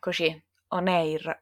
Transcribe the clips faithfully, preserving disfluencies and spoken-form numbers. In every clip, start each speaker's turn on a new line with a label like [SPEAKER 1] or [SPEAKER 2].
[SPEAKER 1] Eccoci, on air.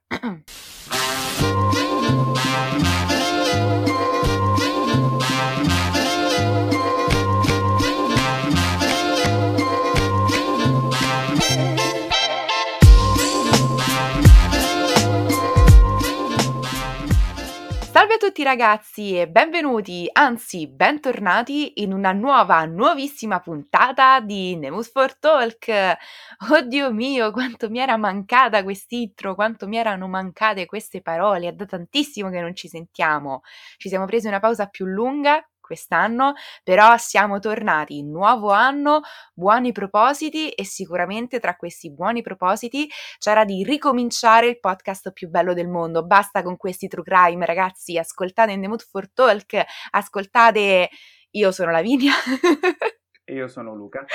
[SPEAKER 1] Salve a tutti ragazzi e benvenuti, anzi bentornati in una nuova, nuovissima puntata di The Mood for Talk. Oddio mio, quanto mi era mancata quest'intro, quanto mi erano mancate queste parole, è da tantissimo che non ci sentiamo. Ci siamo presi una pausa più lunga quest'anno, però siamo tornati, nuovo anno, buoni propositi e sicuramente tra questi buoni propositi c'era di ricominciare il podcast più bello del mondo. Basta con questi true crime, ragazzi, ascoltate The Mood for Talk, ascoltate Io sono Lavinia
[SPEAKER 2] e io sono Luca.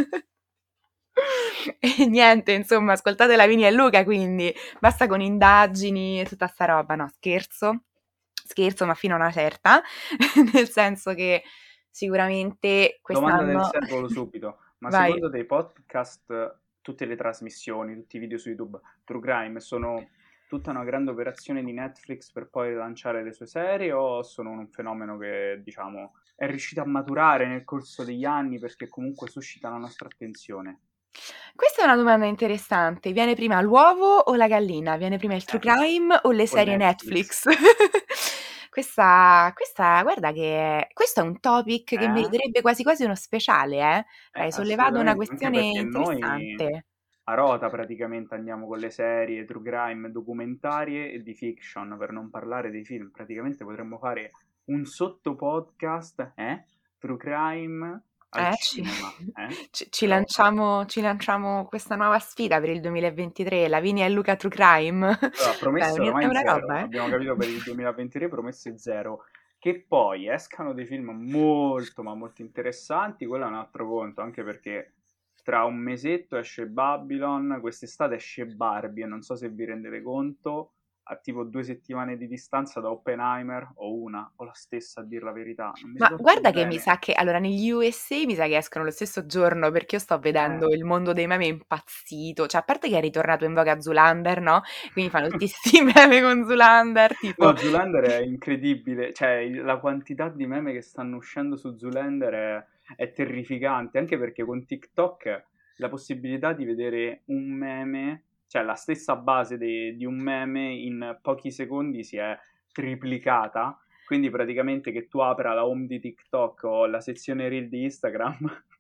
[SPEAKER 1] E niente, insomma, ascoltate Lavinia e Luca, quindi basta con indagini e tutta sta roba, no, scherzo. Scherzo, ma fino a una certa, nel senso che sicuramente
[SPEAKER 2] Domanda del
[SPEAKER 1] quest'anno...
[SPEAKER 2] secolo subito, ma
[SPEAKER 1] Vai.
[SPEAKER 2] secondo te i podcast, tutte le trasmissioni, tutti i video su YouTube, True Crime, sono tutta una grande operazione di Netflix per poi lanciare le sue serie o sono un fenomeno che, diciamo, è riuscito a maturare nel corso degli anni perché comunque suscita la nostra attenzione?
[SPEAKER 1] Questa è una domanda interessante. Viene prima l'uovo o la gallina? Viene prima il true
[SPEAKER 2] Eh,
[SPEAKER 1] crime o le
[SPEAKER 2] o
[SPEAKER 1] serie
[SPEAKER 2] Netflix.
[SPEAKER 1] Netflix? Questa, questa, guarda che questo è un topic che
[SPEAKER 2] Eh?
[SPEAKER 1] meriterebbe quasi quasi uno speciale, eh?
[SPEAKER 2] Eh,
[SPEAKER 1] Hai sollevato una
[SPEAKER 2] assolutamente, anche
[SPEAKER 1] questione
[SPEAKER 2] perché noi
[SPEAKER 1] interessante.
[SPEAKER 2] a rota praticamente andiamo con le serie, true crime, documentarie e di fiction, per non parlare dei film. Praticamente potremmo fare un sottopodcast, eh? True crime al
[SPEAKER 1] Eh, ci,
[SPEAKER 2] cinema, eh?
[SPEAKER 1] ci- ci
[SPEAKER 2] Però,
[SPEAKER 1] lanciamo, ci lanciamo questa nuova sfida per il duemilaventitré, Lavinia e Luca True Crime.
[SPEAKER 2] allora,
[SPEAKER 1] Beh, è
[SPEAKER 2] promesse
[SPEAKER 1] un- è
[SPEAKER 2] ormai
[SPEAKER 1] una
[SPEAKER 2] zero,
[SPEAKER 1] roba, eh?
[SPEAKER 2] abbiamo capito per il duemilaventitré promesse zero. Che poi escano dei film molto ma molto interessanti, quello è un altro conto, anche perché tra un mesetto esce Babylon, quest'estate esce Barbie e non so se vi rendete conto, a tipo due settimane di distanza da Oppenheimer, o una, o la stessa a dir la verità, non mi
[SPEAKER 1] Ma
[SPEAKER 2] ricordo
[SPEAKER 1] guarda che mi
[SPEAKER 2] bene.
[SPEAKER 1] sa che allora negli U S A mi sa che escono lo stesso giorno perché io sto
[SPEAKER 2] Eh.
[SPEAKER 1] vedendo il mondo dei meme impazzito, cioè a parte che è ritornato in voga Zoolander, no? Quindi fanno tutti sti meme con Zoolander, tipo
[SPEAKER 2] No, Zoolander è incredibile, cioè il- la quantità di meme che stanno uscendo su Zoolander è, è terrificante, anche perché con TikTok la possibilità di vedere un meme, cioè la stessa base de- di un meme in pochi secondi si è triplicata, quindi praticamente che tu apra la home di TikTok o la sezione reel di Instagram.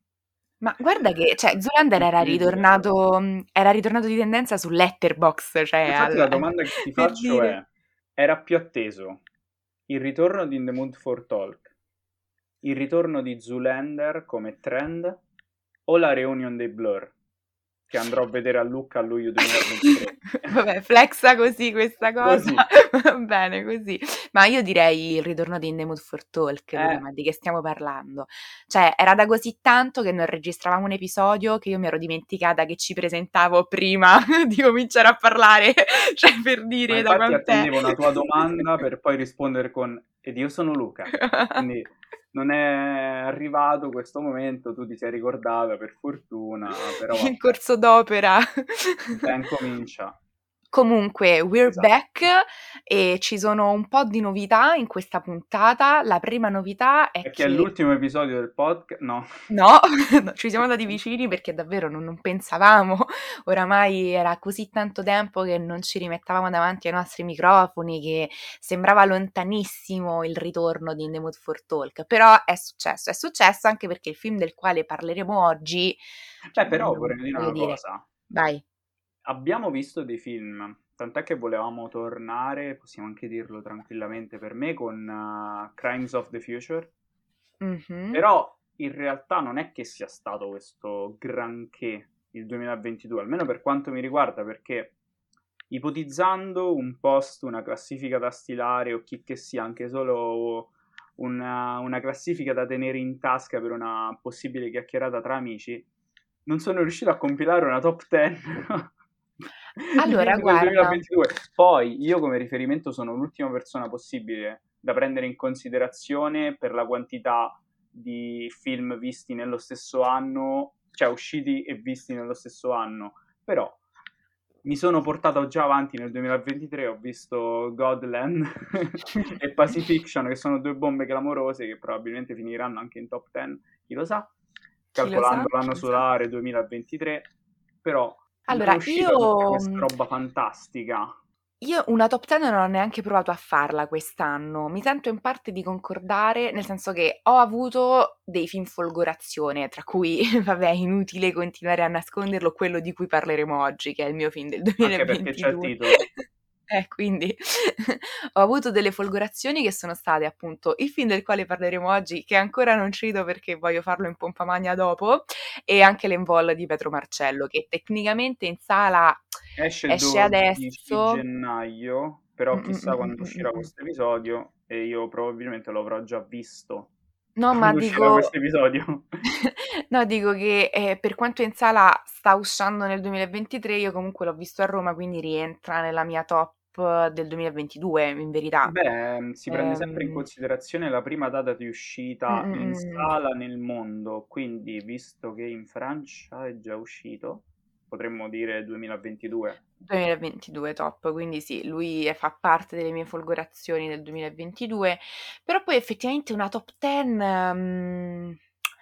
[SPEAKER 1] ma guarda che cioè Zoolander era
[SPEAKER 2] Incredibile.
[SPEAKER 1] ritornato mhmm, era ritornato di tendenza su Letterboxd, cioè
[SPEAKER 2] Infatti
[SPEAKER 1] al
[SPEAKER 2] la domanda che ti
[SPEAKER 1] per
[SPEAKER 2] faccio
[SPEAKER 1] dire.
[SPEAKER 2] è, era più atteso il ritorno di In the Mood for Talk, il ritorno di Zoolander come trend o la reunion dei Blur che andrò a vedere a Lucca a luglio duemilaventitré?
[SPEAKER 1] Vabbè, flexa così questa cosa,
[SPEAKER 2] Così.
[SPEAKER 1] va bene così. Ma io direi il ritorno di In the Mood for Talk, Luca,
[SPEAKER 2] Eh,
[SPEAKER 1] ma di che stiamo parlando? Cioè, era da così tanto che non registravamo un episodio che io mi ero dimenticata che ci presentavo prima di cominciare a parlare, cioè per
[SPEAKER 2] ma
[SPEAKER 1] dire da
[SPEAKER 2] infatti
[SPEAKER 1] quant'è.
[SPEAKER 2] attendevo una tua domanda per poi rispondere con ed io sono Luca. Quindi non è arrivato questo momento, tu ti sei ricordata per fortuna, però
[SPEAKER 1] In
[SPEAKER 2] vabbè,
[SPEAKER 1] corso d'opera.
[SPEAKER 2] ben comincia.
[SPEAKER 1] Comunque, we're
[SPEAKER 2] Esatto.
[SPEAKER 1] back e ci sono un po' di novità in questa puntata. La prima novità è
[SPEAKER 2] Perché è
[SPEAKER 1] che
[SPEAKER 2] l'ultimo episodio del podcast? No.
[SPEAKER 1] no, no, ci siamo andati vicini perché davvero non, non pensavamo, oramai era così tanto tempo che non ci rimettavamo davanti ai nostri microfoni che sembrava lontanissimo il ritorno di In the Mood for Talk, però è successo, è successo anche perché il film del quale parleremo oggi, cioè,
[SPEAKER 2] Beh, però
[SPEAKER 1] voglio,
[SPEAKER 2] vorrei dire
[SPEAKER 1] voglio
[SPEAKER 2] una
[SPEAKER 1] dire,
[SPEAKER 2] cosa.
[SPEAKER 1] vai.
[SPEAKER 2] Abbiamo visto dei film, tant'è che volevamo tornare, possiamo anche dirlo tranquillamente per me, con uh, Crimes of the Future,
[SPEAKER 1] Mhm.
[SPEAKER 2] però in realtà non è che sia stato questo granché il duemilaventidue, almeno per quanto mi riguarda, perché ipotizzando un post, una classifica da stilare o chi che sia, anche solo una, una classifica da tenere in tasca per una possibile chiacchierata tra amici, non sono riuscito a compilare una top dieci di
[SPEAKER 1] Allora,
[SPEAKER 2] film del
[SPEAKER 1] guarda.
[SPEAKER 2] duemilaventidue. Poi io come riferimento sono l'ultima persona possibile da prendere in considerazione per la quantità di film visti nello stesso anno, cioè usciti e visti nello stesso anno. Però mi sono portato già avanti nel duemilaventitré, ho visto Godland e Pacifiction, che sono due bombe clamorose che probabilmente finiranno anche in top dieci, chi lo sa,
[SPEAKER 1] Chi lo sa?
[SPEAKER 2] calcolando
[SPEAKER 1] Chi
[SPEAKER 2] l'anno
[SPEAKER 1] lo sa?
[SPEAKER 2] solare duemilaventitré, però non è
[SPEAKER 1] Allora,
[SPEAKER 2] uscita tutta
[SPEAKER 1] io,
[SPEAKER 2] questa roba fantastica.
[SPEAKER 1] io una top dieci non ho neanche provato a farla quest'anno. Mi sento in parte di concordare, nel senso che ho avuto dei film folgorazione, tra cui, vabbè, è inutile continuare a nasconderlo, quello di cui parleremo oggi, che è il mio film del
[SPEAKER 2] Anche perché c'è il
[SPEAKER 1] duemilaventidue.
[SPEAKER 2] titolo.
[SPEAKER 1] Eh, quindi ho avuto delle folgorazioni che sono state appunto il film del quale parleremo oggi, che ancora non cito perché voglio farlo in pompa magna dopo, e anche l'Envol di Pietro Marcello, che tecnicamente in sala
[SPEAKER 2] Esce il
[SPEAKER 1] esce
[SPEAKER 2] dodici
[SPEAKER 1] adesso.
[SPEAKER 2] gennaio, però
[SPEAKER 1] Mm, mm,
[SPEAKER 2] chissà
[SPEAKER 1] mm, mm,
[SPEAKER 2] quando
[SPEAKER 1] mm,
[SPEAKER 2] uscirà
[SPEAKER 1] mm.
[SPEAKER 2] questo episodio e io probabilmente lo avrò già visto
[SPEAKER 1] No, ma
[SPEAKER 2] quando uscirà
[SPEAKER 1] dico,
[SPEAKER 2] questo episodio.
[SPEAKER 1] no, dico che eh, per quanto in sala sta uscendo nel duemilaventitré, io comunque l'ho visto a Roma, quindi rientra nella mia top del duemilaventidue, in verità.
[SPEAKER 2] Beh, si prende sempre in
[SPEAKER 1] Ehm,
[SPEAKER 2] considerazione la prima data di
[SPEAKER 1] mm,
[SPEAKER 2] uscita
[SPEAKER 1] mm,
[SPEAKER 2] in
[SPEAKER 1] mm.
[SPEAKER 2] sala nel mondo, quindi visto che in Francia è già uscito, potremmo dire duemilaventidue.
[SPEAKER 1] duemilaventidue top, quindi sì, lui eh, fa parte delle mie folgorazioni del duemilaventidue, però poi effettivamente una top dieci, mm,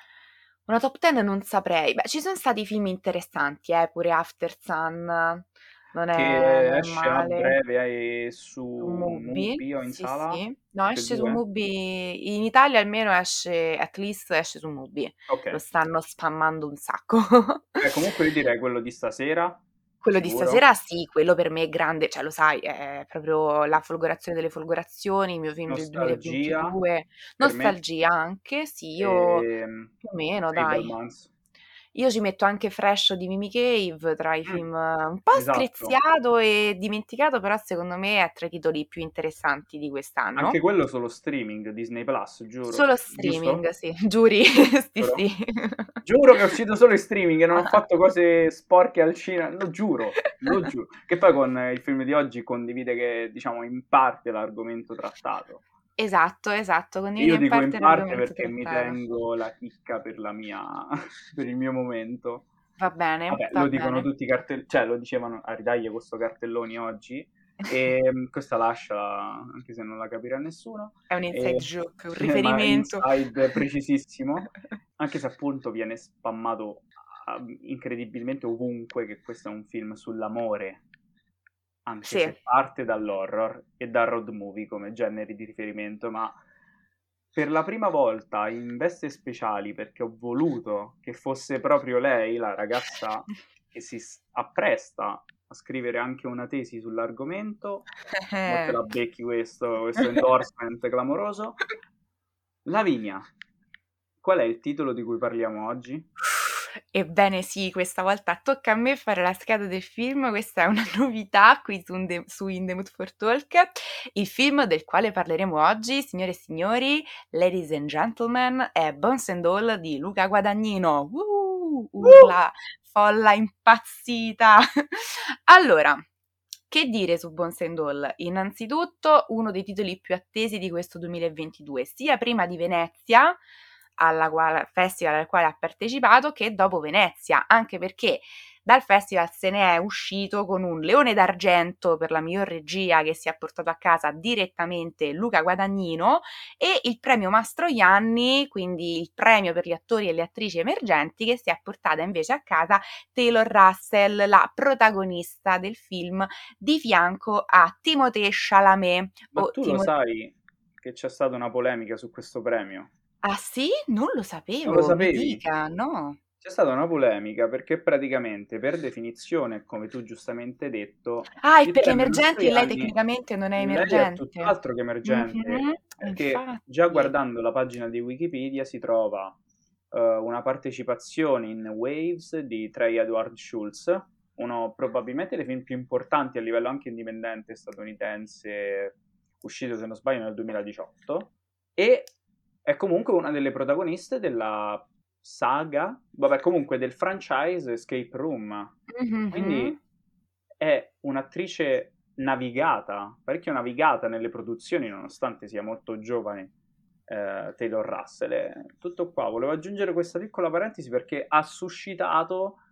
[SPEAKER 1] una top dieci non saprei. Beh, ci sono stati film interessanti, eh, pure After Sun, non è, non
[SPEAKER 2] Che
[SPEAKER 1] è
[SPEAKER 2] esce a
[SPEAKER 1] male.
[SPEAKER 2] breve e
[SPEAKER 1] Su
[SPEAKER 2] su
[SPEAKER 1] Mubi,
[SPEAKER 2] Mubi o in
[SPEAKER 1] sì,
[SPEAKER 2] sala,
[SPEAKER 1] sì. No,
[SPEAKER 2] tutte e
[SPEAKER 1] esce su
[SPEAKER 2] due?
[SPEAKER 1] Mubi, in Italia almeno esce, at least esce su Mubi.
[SPEAKER 2] Ok.
[SPEAKER 1] Lo stanno spammando un sacco.
[SPEAKER 2] Beh, comunque io direi quello di stasera,
[SPEAKER 1] Quello di
[SPEAKER 2] sicuro.
[SPEAKER 1] stasera sì, quello per me è grande, cioè lo sai, è proprio la folgorazione delle folgorazioni, il mio film del
[SPEAKER 2] Nostalgia
[SPEAKER 1] duemilaventidue.
[SPEAKER 2] per me
[SPEAKER 1] Nostalgia anche, sì, io
[SPEAKER 2] e
[SPEAKER 1] più o meno, dai.
[SPEAKER 2] Fabelmans.
[SPEAKER 1] Io ci metto anche Fresh di Mimi Cave tra i
[SPEAKER 2] Mm,
[SPEAKER 1] film eh, un po'
[SPEAKER 2] esatto.
[SPEAKER 1] screziato e dimenticato, però secondo me è tra i titoli più interessanti di
[SPEAKER 2] Anche
[SPEAKER 1] quest'anno.
[SPEAKER 2] quello solo streaming, Disney Plus, giuro.
[SPEAKER 1] Solo
[SPEAKER 2] Giusto?
[SPEAKER 1] streaming, sì, giuri, sì,
[SPEAKER 2] Giuro?
[SPEAKER 1] sì.
[SPEAKER 2] Giuro che è uscito solo in streaming e non ho fatto cose sporche al cinema. Lo giuro, lo giuro. Che poi con eh, il film di oggi condivide che, diciamo, in parte l'argomento trattato.
[SPEAKER 1] Esatto, esatto,
[SPEAKER 2] E
[SPEAKER 1] condividi
[SPEAKER 2] io
[SPEAKER 1] in
[SPEAKER 2] dico in
[SPEAKER 1] parte
[SPEAKER 2] parte
[SPEAKER 1] l'argomento
[SPEAKER 2] perché mi
[SPEAKER 1] trattato.
[SPEAKER 2] tengo la chicca per la mia, per il mio momento.
[SPEAKER 1] Va bene,
[SPEAKER 2] Vabbè,
[SPEAKER 1] va
[SPEAKER 2] lo dicono
[SPEAKER 1] bene.
[SPEAKER 2] tutti i cartelloni, cioè lo dicevano a ridaglie questo cartelloni oggi, e mh, questa lascia, anche se non la capirà nessuno,
[SPEAKER 1] È un inside
[SPEAKER 2] e-
[SPEAKER 1] joke, un
[SPEAKER 2] ma
[SPEAKER 1] riferimento.
[SPEAKER 2] inside precisissimo, anche se appunto viene spammato ah, incredibilmente ovunque che questo è un film sull'amore, anche
[SPEAKER 1] Sì.
[SPEAKER 2] se parte dall'horror e dal road movie come generi di riferimento, ma per la prima volta in veste speciali, perché ho voluto che fosse proprio lei, la ragazza che si s- appresta a scrivere anche una tesi sull'argomento, mo te la becchi questo, questo endorsement clamoroso. Lavinia, qual è il titolo di cui parliamo oggi?
[SPEAKER 1] Ebbene sì, questa volta tocca a me fare la scheda del film, questa è una novità qui su, In the- su In the Mood for Talk. Il film del quale parleremo oggi, signore e signori, ladies and gentlemen, è Bones and All di Luca Guadagnino. Uh,
[SPEAKER 2] Uh!
[SPEAKER 1] urla, folla impazzita. Allora, che dire su Bones and All? Innanzitutto uno dei titoli più attesi di questo duemilaventidue, sia prima di Venezia, alla quale, festival al quale ha partecipato, che dopo Venezia, anche perché dal festival se ne è uscito con un Leone d'Argento per la miglior regia che si è portato a casa direttamente Luca Guadagnino e il premio Mastroianni, quindi il premio per gli attori e le attrici emergenti che si è portata invece a casa Taylor Russell, la protagonista del film, di fianco a Timothée Chalamet
[SPEAKER 2] Ma
[SPEAKER 1] o
[SPEAKER 2] tu lo
[SPEAKER 1] Timo-
[SPEAKER 2] sai che c'è stata una polemica su questo premio?
[SPEAKER 1] Ah sì? Non lo
[SPEAKER 2] Non lo
[SPEAKER 1] sapevo, mi
[SPEAKER 2] sapevi?
[SPEAKER 1] dica, no.
[SPEAKER 2] C'è stata una polemica perché praticamente, per definizione, come tu giustamente hai detto,
[SPEAKER 1] Ah, e
[SPEAKER 2] il
[SPEAKER 1] per gli
[SPEAKER 2] premio
[SPEAKER 1] emergenti e lei
[SPEAKER 2] Mastroianni,
[SPEAKER 1] tecnicamente non è
[SPEAKER 2] lei è
[SPEAKER 1] emergente.
[SPEAKER 2] tutt'altro che emergente,
[SPEAKER 1] Mhm,
[SPEAKER 2] perché già
[SPEAKER 1] infatti.
[SPEAKER 2] guardando la pagina di Wikipedia si trova eh, una partecipazione in Waves di Trey Edward Schultz, uno probabilmente dei film più importanti a livello anche indipendente statunitense, uscito se non sbaglio nel duemiladiciotto, e è comunque una delle protagoniste della saga, vabbè, comunque del franchise Escape Room.
[SPEAKER 1] Mhm.
[SPEAKER 2] Quindi è un'attrice navigata, parecchio navigata nelle produzioni, nonostante sia molto giovane, eh, Taylor Russell. E tutto qua. Volevo aggiungere questa piccola parentesi perché ha suscitato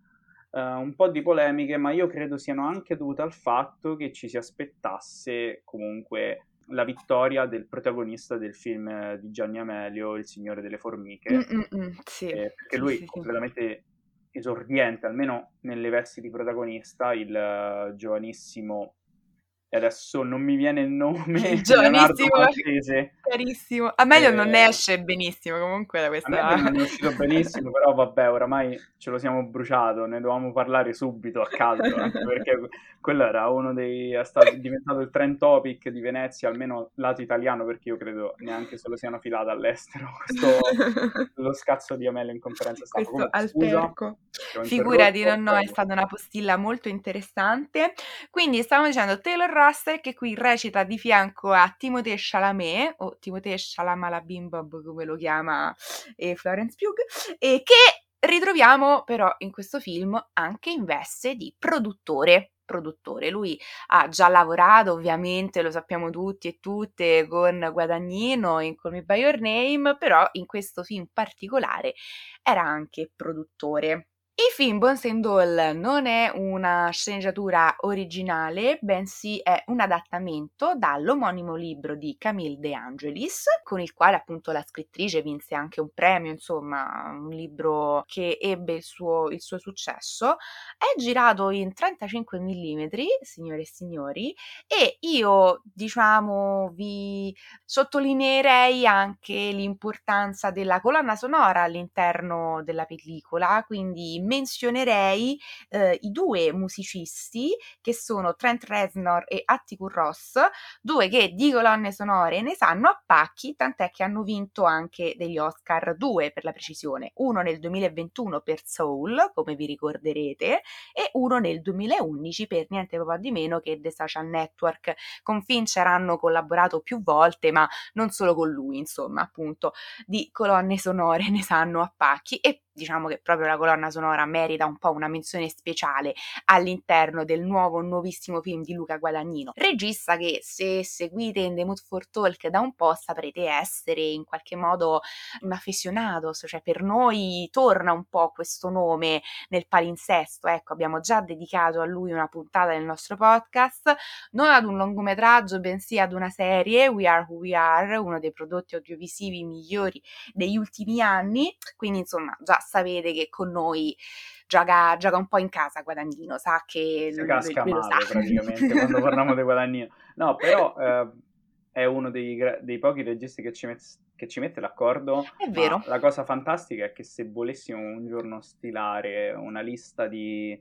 [SPEAKER 2] uh, un po' di polemiche, ma io credo siano anche dovute al fatto che ci si aspettasse comunque la vittoria del protagonista del film di Gianni Amelio, Il Signore delle
[SPEAKER 1] Mm,
[SPEAKER 2] Formiche,
[SPEAKER 1] mm, mm, sì,
[SPEAKER 2] eh, perché
[SPEAKER 1] sì,
[SPEAKER 2] lui
[SPEAKER 1] sì, sì.
[SPEAKER 2] completamente esordiente, almeno nelle vesti di protagonista, il uh, giovanissimo, e adesso non mi viene il nome,
[SPEAKER 1] Il
[SPEAKER 2] Leonardo
[SPEAKER 1] giovanissimo,
[SPEAKER 2] Maltese.
[SPEAKER 1] carissimo. Amelio non ne
[SPEAKER 2] eh,
[SPEAKER 1] esce benissimo comunque da
[SPEAKER 2] A me
[SPEAKER 1] questa...
[SPEAKER 2] non è uscito benissimo, però vabbè, oramai ce lo siamo bruciato, ne dovevamo parlare subito a caldo, anche perché que- quello era uno dei... è stato è diventato il trend topic di Venezia, almeno lato italiano, perché io credo neanche se lo siano filata all'estero, questo, lo scazzo di Amelio in conferenza stampa.
[SPEAKER 1] Questo
[SPEAKER 2] Comunque, scusa,
[SPEAKER 1] alterco.
[SPEAKER 2] ti ho
[SPEAKER 1] Figurati, no,
[SPEAKER 2] interrotto,
[SPEAKER 1] no, è
[SPEAKER 2] prego.
[SPEAKER 1] stata una postilla molto interessante. Quindi stavamo dicendo Taylor Russell che qui recita di fianco a Timothée Chalamet, o Timothée Chalamalabim-Bob come lo chiama eh, Florence Pugh, e che ritroviamo però in questo film anche in veste di produttore. Produttore. Lui ha già lavorato, ovviamente, lo sappiamo tutti e tutte, con Guadagnino in Call Me By Your Name, però in questo film particolare era anche produttore. Il film Bones and All non è una sceneggiatura originale, bensì è un adattamento dall'omonimo libro di Camille De Angelis, con il quale appunto la scrittrice vinse anche un premio, insomma, un libro che ebbe il suo, il suo successo. È girato in trentacinque millimetri, signore e signori, e io, diciamo, vi sottolineerei anche l'importanza della colonna sonora all'interno della pellicola, quindi menzionerei eh, i due musicisti che sono Trent Reznor e Atticus Ross, due che di colonne sonore ne sanno a pacchi, tant'è che hanno vinto anche degli Oscar, due per la precisione, uno nel duemilaventuno per Soul, come vi ricorderete, e uno nel duemilaundici per niente po' di meno che The Social Network. Con Fincher hanno collaborato più volte, ma non solo con lui, insomma, appunto, di colonne sonore ne sanno a pacchi, e diciamo che proprio la colonna sonora merita un po' una menzione speciale all'interno del nuovo, nuovissimo film di Luca Guadagnino, regista che, se seguite In the Mood for Talk da un po', saprete essere in qualche modo un affezionato, cioè per noi torna un po' questo nome nel palinsesto, ecco, abbiamo già dedicato a lui una puntata del nostro podcast, non ad un lungometraggio, bensì ad una serie, We Are Who We Are, uno dei prodotti audiovisivi migliori degli ultimi anni, quindi insomma già sapete che con noi gioca, gioca un po' in casa Guadagnino, sa che
[SPEAKER 2] Si
[SPEAKER 1] lui,
[SPEAKER 2] casca
[SPEAKER 1] lui lo sa.
[SPEAKER 2] male praticamente quando parliamo di Guadagnino. No, però eh, è uno dei, gra- dei pochi registi che ci, met- che ci mette d'accordo,
[SPEAKER 1] È
[SPEAKER 2] ma
[SPEAKER 1] vero.
[SPEAKER 2] la cosa fantastica è che se volessimo un giorno stilare una lista di,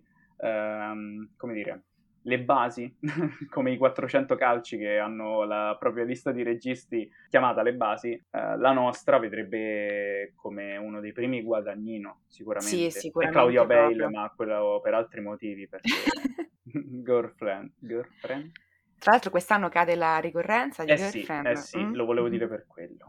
[SPEAKER 2] ehm, come dire, le basi, come i quattrocento calci che hanno la propria lista di registi chiamata Le Basi, eh, la nostra vedrebbe come uno dei primi Guadagnino,
[SPEAKER 1] Sì,
[SPEAKER 2] sicuramente. E Claudia
[SPEAKER 1] sicuramente
[SPEAKER 2] Bale,
[SPEAKER 1] proprio.
[SPEAKER 2] ma quello per altri motivi, perché girlfriend, girlfriend?
[SPEAKER 1] Tra l'altro quest'anno cade la ricorrenza di
[SPEAKER 2] Eh sì, eh
[SPEAKER 1] Girlfriend.
[SPEAKER 2] sì,
[SPEAKER 1] Mm?
[SPEAKER 2] lo volevo dire per quello.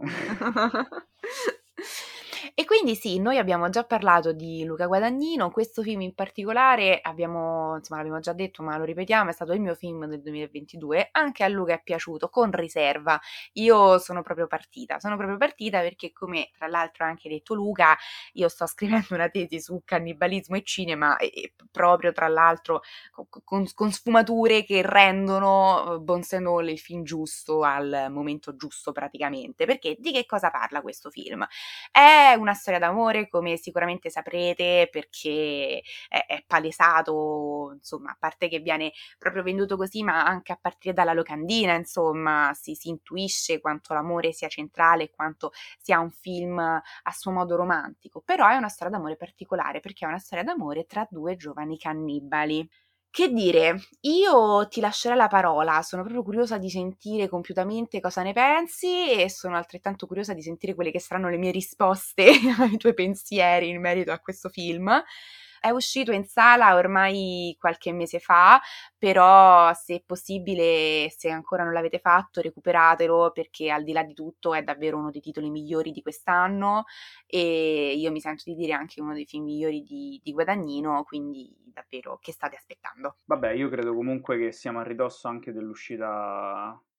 [SPEAKER 1] E quindi sì, noi abbiamo già parlato di Luca Guadagnino, questo film in particolare abbiamo, insomma, l'abbiamo già detto, ma lo ripetiamo, è stato il mio film del duemilaventidue, anche a Luca è piaciuto, con riserva. Io sono proprio partita, sono proprio partita perché, come tra l'altro ha anche detto Luca, io sto scrivendo una tesi su cannibalismo e cinema, e, e proprio tra l'altro con, con, con sfumature che rendono uh, Bones and All il film giusto al momento giusto praticamente. Perché di che cosa parla questo film? È una storia d'amore, come sicuramente saprete, perché è, è palesato, insomma, a parte che viene proprio venduto così, ma anche a partire dalla locandina, insomma, si, si intuisce quanto l'amore sia centrale e quanto sia un film a suo modo romantico. Però è una storia d'amore particolare, perché è una storia d'amore tra due giovani cannibali. Che dire, io ti lascerò la parola, sono proprio curiosa di sentire compiutamente cosa ne pensi e sono altrettanto curiosa di sentire quelle che saranno le mie risposte ai tuoi pensieri in merito a questo film. È uscito in sala ormai qualche mese fa, però se è possibile, se ancora non l'avete fatto, recuperatelo perché al di là di tutto è davvero uno dei titoli migliori di quest'anno e io mi sento di dire anche uno dei film migliori di, di Guadagnino, quindi davvero che state aspettando?
[SPEAKER 2] Vabbè, io credo comunque che siamo a ridosso anche dell'uscita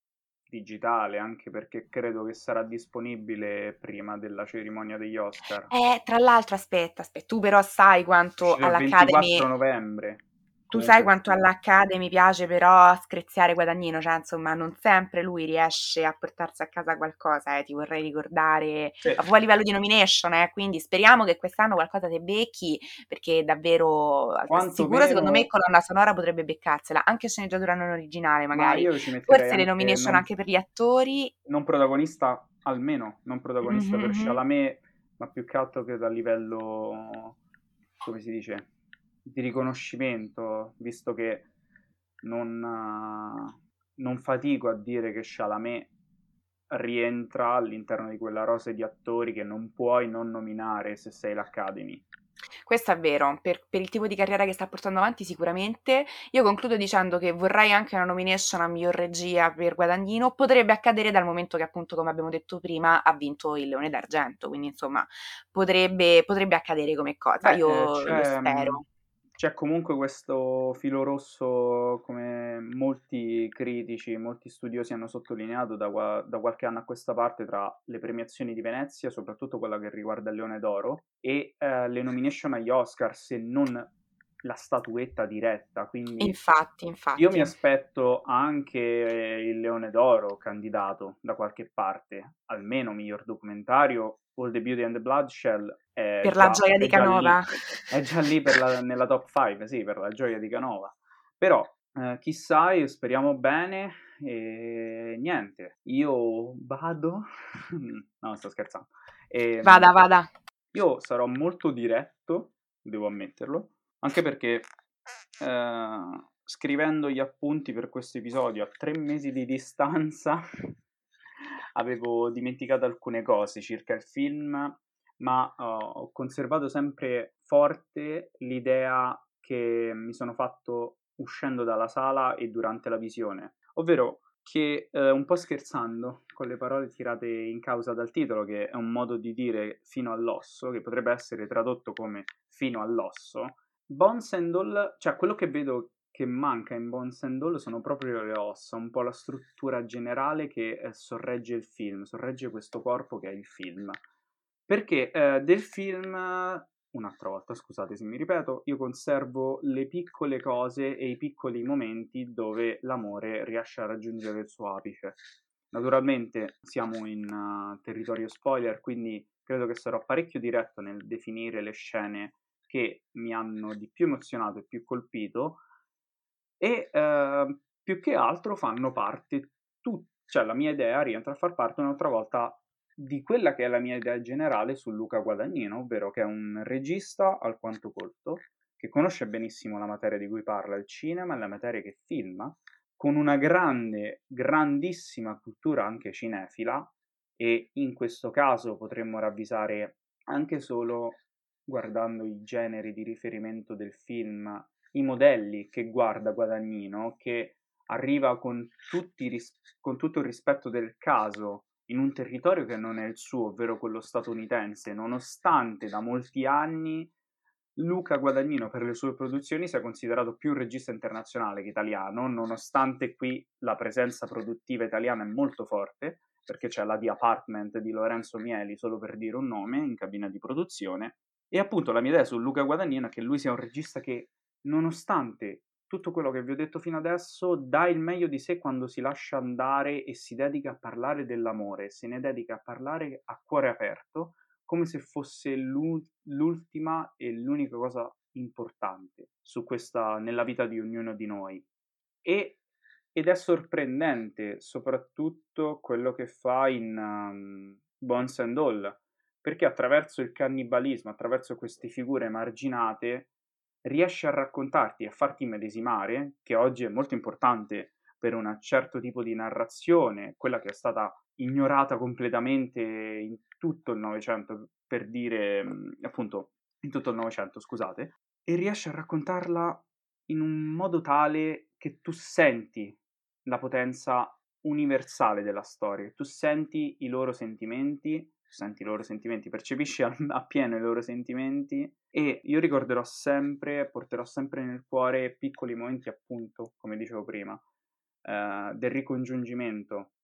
[SPEAKER 2] digitale, anche perché credo che sarà disponibile prima della cerimonia degli Oscar.
[SPEAKER 1] Eh, tra l'altro, aspetta, aspetta, tu però sai quanto
[SPEAKER 2] Uscito il
[SPEAKER 1] all'Academy
[SPEAKER 2] ventiquattro novembre.
[SPEAKER 1] tu sai
[SPEAKER 2] Comunque
[SPEAKER 1] quanto
[SPEAKER 2] uscito.
[SPEAKER 1] all'Academy piace però screziare Guadagnino, cioè insomma non sempre lui riesce a portarsi a casa qualcosa, eh, ti vorrei ricordare,
[SPEAKER 2] Sì.
[SPEAKER 1] ma proprio a livello di nomination, eh, quindi speriamo che quest'anno qualcosa te becchi, perché davvero sicuro secondo me
[SPEAKER 2] Quantomeno,
[SPEAKER 1] colonna sonora potrebbe beccarsela, anche sceneggiatura non originale
[SPEAKER 2] ma
[SPEAKER 1] magari,
[SPEAKER 2] io ci metterei
[SPEAKER 1] forse le
[SPEAKER 2] anche
[SPEAKER 1] nomination
[SPEAKER 2] non,
[SPEAKER 1] anche per gli attori.
[SPEAKER 2] non protagonista, almeno non protagonista
[SPEAKER 1] Mhm,
[SPEAKER 2] per
[SPEAKER 1] mhm.
[SPEAKER 2] Chalamet, ma più che altro credo a livello, come si dice, di riconoscimento, visto che non, eh, non fatico a dire che Chalamet rientra all'interno di quella rose di attori che non puoi non nominare se sei l'Academy.
[SPEAKER 1] Questo è vero, per, per il tipo di carriera che sta portando avanti sicuramente. Io concludo dicendo che vorrei anche una nomination a miglior regia per Guadagnino, potrebbe accadere dal momento che appunto, come abbiamo detto prima, ha vinto il Leone d'Argento, quindi insomma potrebbe, potrebbe accadere come cosa,
[SPEAKER 2] Beh, eh,
[SPEAKER 1] io lo
[SPEAKER 2] c'è, mh,
[SPEAKER 1] spero.
[SPEAKER 2] c'è comunque questo filo rosso, come molti critici, molti studiosi hanno sottolineato da, qua- da qualche anno a questa parte, tra le premiazioni di Venezia, soprattutto quella che riguarda il Leone d'Oro, e eh, le nomination agli Oscar, se non la statuetta diretta. Quindi
[SPEAKER 1] Infatti,
[SPEAKER 2] io mi
[SPEAKER 1] infatti,
[SPEAKER 2] aspetto anche il Leone d'Oro candidato da qualche parte, almeno miglior documentario. All the Beauty and the Bloodshed è
[SPEAKER 1] per la
[SPEAKER 2] già,
[SPEAKER 1] gioia di
[SPEAKER 2] è già lì,
[SPEAKER 1] Canova.
[SPEAKER 2] è già lì per la- nella top cinque, sì, per la gioia di Canova. Però, eh, chissà, io speriamo bene e niente, io vado, no, sto scherzando.
[SPEAKER 1] Vada,
[SPEAKER 2] Ehm,
[SPEAKER 1] vada.
[SPEAKER 2] io sarò molto diretto, devo ammetterlo, anche perché eh, scrivendo gli appunti per questo episodio a tre mesi di distanza avevo dimenticato alcune cose circa il film, ma eh, ho conservato sempre forte l'idea che mi sono fatto uscendo dalla sala e durante la visione, ovvero che eh, un po' scherzando con le parole tirate in causa dal titolo, che è un modo di dire fino all'osso, che potrebbe essere tradotto come fino all'osso, Bones and All, cioè quello che vedo che manca in Bones and All sono proprio le ossa, un po' la struttura generale che eh, sorregge il film, sorregge questo corpo che è il film. Perché eh, del film, un'altra volta, scusate se mi ripeto, io conservo le piccole cose e i piccoli momenti dove l'amore riesce a raggiungere il suo apice. Naturalmente siamo in uh, territorio spoiler, quindi credo che sarò parecchio diretto nel definire le scene che mi hanno di più emozionato e più colpito e eh, più che altro fanno parte, tu, cioè la mia idea rientra a far parte un'altra volta di quella che è la mia idea generale su Luca Guadagnino, ovvero che è un regista alquanto colto, che conosce benissimo la materia di cui parla, il cinema e la materia che filma, con una grande, grandissima cultura anche cinefila, e in questo caso potremmo ravvisare anche solo guardando i generi di riferimento del film, i modelli che guarda Guadagnino, che arriva con, tutti, ris- con tutto il rispetto del caso in un territorio che non è il suo, ovvero quello statunitense, nonostante da molti anni Luca Guadagnino per le sue produzioni sia considerato più un regista internazionale che italiano, nonostante qui la presenza produttiva italiana è molto forte, perché c'è la The Apartment di Lorenzo Mieli, solo per dire un nome, in cabina di produzione. E appunto la mia idea su Luca Guadagnino è che lui sia un regista che, nonostante tutto quello che vi ho detto fino adesso, dà il meglio di sé quando si lascia andare e si dedica a parlare dell'amore, se ne dedica a parlare a cuore aperto, come se fosse l'ultima e l'unica cosa importante su questa, nella vita di ognuno di noi. E, ed è sorprendente soprattutto quello che fa in um, Bones and All, perché attraverso il cannibalismo, attraverso queste figure emarginate, riesce a raccontarti e a farti immedesimare, che oggi è molto importante per un certo tipo di narrazione, quella che è stata ignorata completamente in tutto il Novecento, per dire, appunto, in tutto il Novecento, scusate, e riesce a raccontarla in un modo tale che tu senti la potenza universale della storia, tu senti i loro sentimenti, senti i loro sentimenti, percepisci appieno i loro sentimenti e io ricorderò sempre, porterò sempre nel cuore piccoli momenti, appunto, come dicevo prima, eh, del ricongiungimento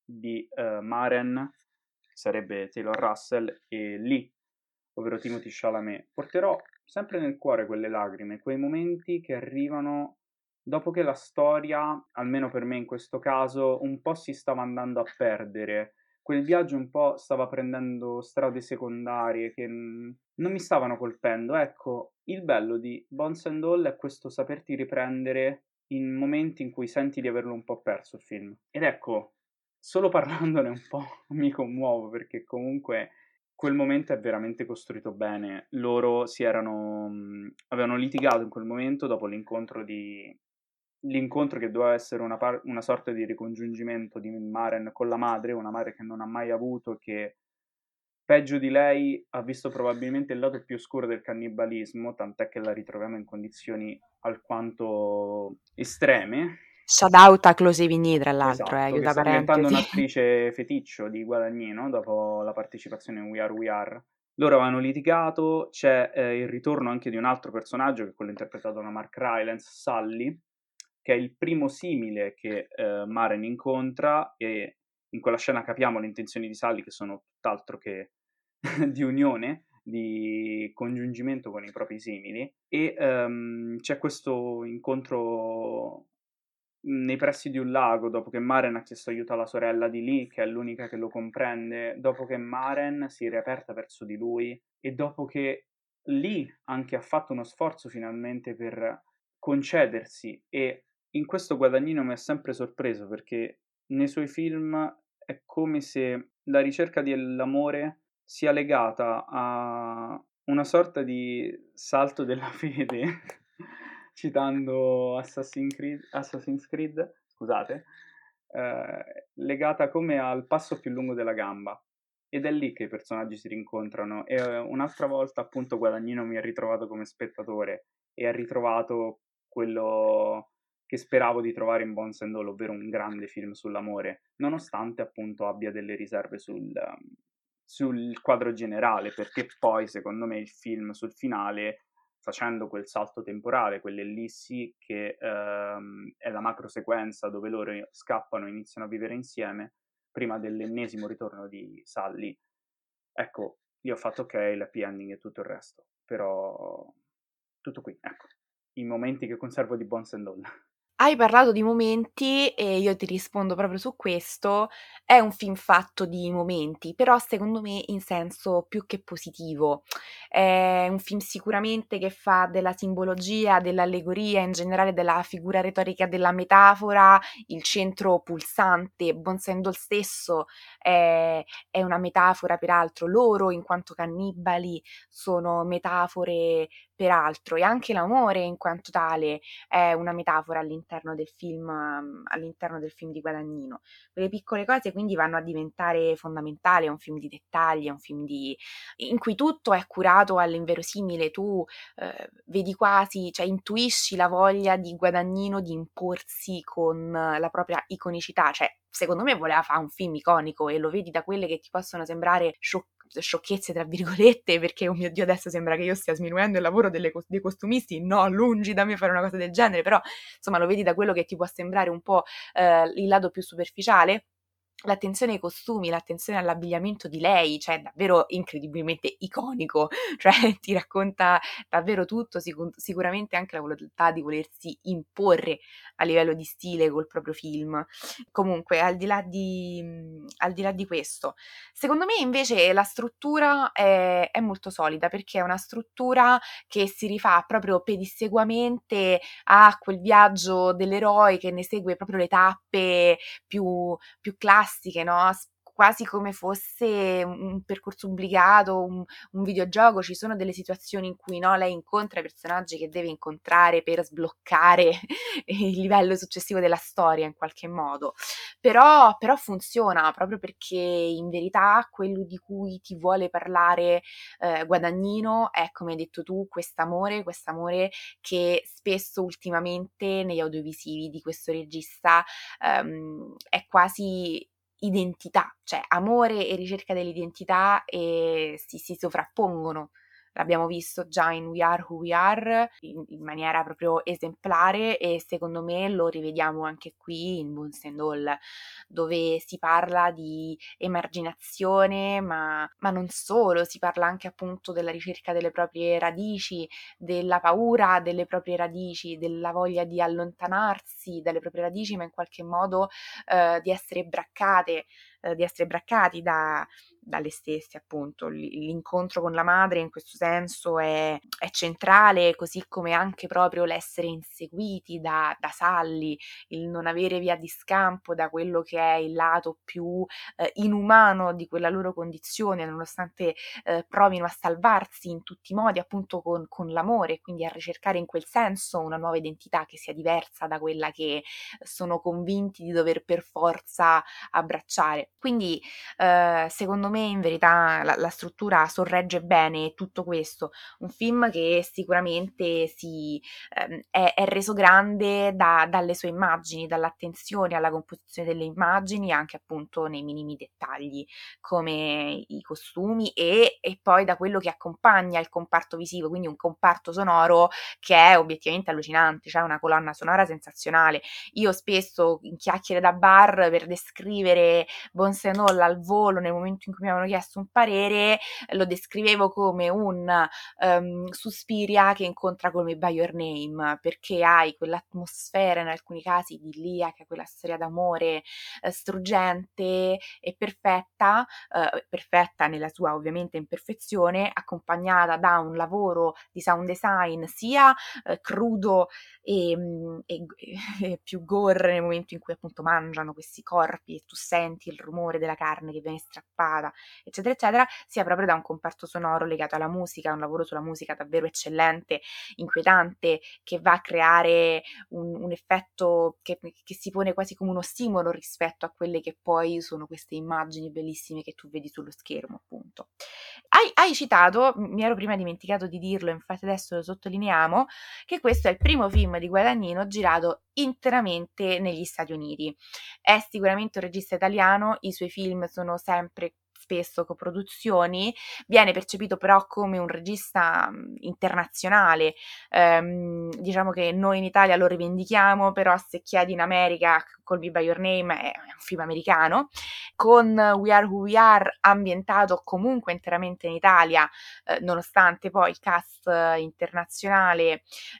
[SPEAKER 2] di uh, Maren, che sarebbe Taylor Russell, e Lee, ovvero Timothée Chalamet. Porterò sempre nel cuore quelle lacrime, quei momenti che arrivano dopo che la storia, almeno per me in questo caso, un po' si stava andando a perdere. Quel viaggio un po' stava prendendo strade secondarie che mh, non mi stavano colpendo. Ecco, il bello di Bones and All è questo saperti riprendere in momenti in cui senti di averlo un po' perso il film. Ed ecco, solo parlandone un po' mi commuovo, perché comunque quel momento è veramente costruito bene. Loro si erano mh, avevano litigato in quel momento dopo l'incontro di l'incontro che doveva essere una, par- una sorta di ricongiungimento di Maren con la madre, una madre che non ha mai avuto, che peggio di lei ha visto probabilmente il lato più oscuro del cannibalismo, tant'è che la ritroviamo in condizioni alquanto estreme.
[SPEAKER 1] Shout out a Close Vigny, tra l'altro, eh,
[SPEAKER 2] Esatto, che
[SPEAKER 1] chiusa
[SPEAKER 2] sta diventando
[SPEAKER 1] parentesi.
[SPEAKER 2] un'attrice feticcio di Guadagnino dopo la partecipazione in We Are We Are. Loro avevano litigato, c'è eh, il ritorno anche di un altro personaggio, che è quello interpretato da Mark Rylance, Sully, che è il primo simile che eh, Maren incontra, e in quella scena capiamo le intenzioni di Sully, che sono tutt'altro che di unione, di congiungimento con i propri simili, e um, c'è questo incontro nei pressi di un lago, dopo che Maren ha chiesto aiuto alla sorella di Lee, che è l'unica che lo comprende, dopo che Maren si è riaperta verso di lui e dopo che Lee anche ha fatto uno sforzo finalmente per concedersi. E in questo Guadagnino mi ha sempre sorpreso, perché nei suoi film è come se la ricerca dell'amore sia legata a una sorta di salto della fede, citando Assassin's Creed, Assassin's Creed scusate, eh, legata come al passo più lungo della gamba. Ed è lì che i personaggi si rincontrano. E eh, un'altra volta, appunto, Guadagnino mi ha ritrovato come spettatore e ha ritrovato quello che speravo di trovare in Bones and All, ovvero un grande film sull'amore, nonostante appunto abbia delle riserve sul, um, sul quadro generale, perché poi secondo me il film sul finale, facendo quel salto temporale, quell'ellissi che um, è la macro sequenza dove loro scappano e iniziano a vivere insieme, prima dell'ennesimo ritorno di Sully, ecco, io ho fatto ok, l'happy ending e tutto il resto, però tutto qui, ecco, i momenti che conservo di Bones and All.
[SPEAKER 1] Hai parlato di momenti e io ti rispondo proprio su questo. È un film fatto di momenti, però secondo me in senso più che positivo. È un film sicuramente che fa della simbologia, dell'allegoria, in generale della figura retorica della metafora, il centro pulsante. Bones and All stesso è, è una metafora, peraltro. Loro, in quanto cannibali, sono metafore peraltro, e anche l'amore in quanto tale è una metafora all'interno del film, um, all'interno del film di Guadagnino. Quelle piccole cose quindi vanno a diventare fondamentali. È un film di dettagli, è un film di, in cui tutto è curato all'inverosimile. Tu eh, vedi quasi, cioè intuisci la voglia di Guadagnino di imporsi con la propria iconicità, cioè secondo me voleva fare un film iconico, e lo vedi da quelle che ti possono sembrare sciocche sciocchezze tra virgolette, perché oh mio Dio, adesso sembra che io stia sminuendo il lavoro delle, dei costumisti. No, lungi da me fare una cosa del genere, però insomma lo vedi da quello che ti può sembrare un po' eh, il lato più superficiale. L'attenzione ai costumi, l'attenzione all'abbigliamento di lei, cioè davvero incredibilmente iconico, cioè ti racconta davvero tutto, sic- sicuramente anche la volontà di volersi imporre a livello di stile col proprio film. Comunque, al di là di, al di là di questo, secondo me invece la struttura è, è molto solida, perché è una struttura che si rifà proprio pedissequamente a quel viaggio dell'eroe, che ne segue proprio le tappe più, più classiche, no? Quasi come fosse un percorso obbligato, un, un videogioco. Ci sono delle situazioni in cui, no, lei incontra i personaggi che deve incontrare per sbloccare il livello successivo della storia in qualche modo. Però, però funziona proprio perché in verità quello di cui ti vuole parlare eh, Guadagnino è, come hai detto tu, quest'amore, quest'amore che spesso ultimamente negli audiovisivi di questo regista ehm, è quasi identità, cioè amore e ricerca dell'identità, e si, si sovrappongono l'abbiamo visto già in We Are Who We Are in, in maniera proprio esemplare, e secondo me lo rivediamo anche qui in Bones and All, dove si parla di emarginazione, ma, ma non solo, si parla anche appunto della ricerca delle proprie radici, della paura delle proprie radici, della voglia di allontanarsi dalle proprie radici, ma in qualche modo eh, di essere braccate, eh, di essere braccati da, dalle stesse, appunto. L'incontro con la madre in questo senso è, è centrale, così come anche proprio l'essere inseguiti da, da Sally, il non avere via di scampo da quello che è il lato più eh, inumano di quella loro condizione, nonostante eh, provino a salvarsi in tutti i modi, appunto con, con l'amore, quindi a ricercare in quel senso una nuova identità che sia diversa da quella che sono convinti di dover per forza abbracciare. Quindi eh, secondo me in verità la, la struttura sorregge bene tutto questo, un film che sicuramente si, ehm, è, è reso grande da, dalle sue immagini, dall'attenzione alla composizione delle immagini, anche appunto nei minimi dettagli come i costumi e, e poi da quello che accompagna il comparto visivo, quindi un comparto sonoro che è obiettivamente allucinante, cioè una colonna sonora sensazionale. Io spesso in chiacchiere da bar, per descrivere Bones and All al volo, nel momento in cui mi avevano chiesto un parere, lo descrivevo come un um, Suspiria che incontra Call Me By Your Name, perché hai quell'atmosfera in alcuni casi idilliaca, quella storia d'amore eh, struggente e perfetta, eh, perfetta nella sua ovviamente imperfezione, accompagnata da un lavoro di sound design sia eh, crudo e, e, e più gore nel momento in cui appunto mangiano questi corpi e tu senti il rumore della carne che viene strappata, eccetera eccetera, sia proprio da un comparto sonoro legato alla musica, un lavoro sulla musica davvero eccellente, inquietante, che va a creare un, un effetto che, che si pone quasi come uno stimolo rispetto a quelle che poi sono queste immagini bellissime che tu vedi sullo schermo, appunto. Hai, hai citato, mi ero prima dimenticato di dirlo, infatti adesso lo sottolineiamo, che questo è il primo film di Guadagnino girato interamente negli Stati Uniti. È sicuramente un regista italiano, i suoi film sono sempre spesso coproduzioni, viene percepito però come un regista mh, internazionale, ehm, diciamo che noi in Italia lo rivendichiamo, però se chiedi in America Call Me By Your Name è un film americano, con We Are Who We Are ambientato comunque interamente in Italia, eh, nonostante poi il cast eh, internazionale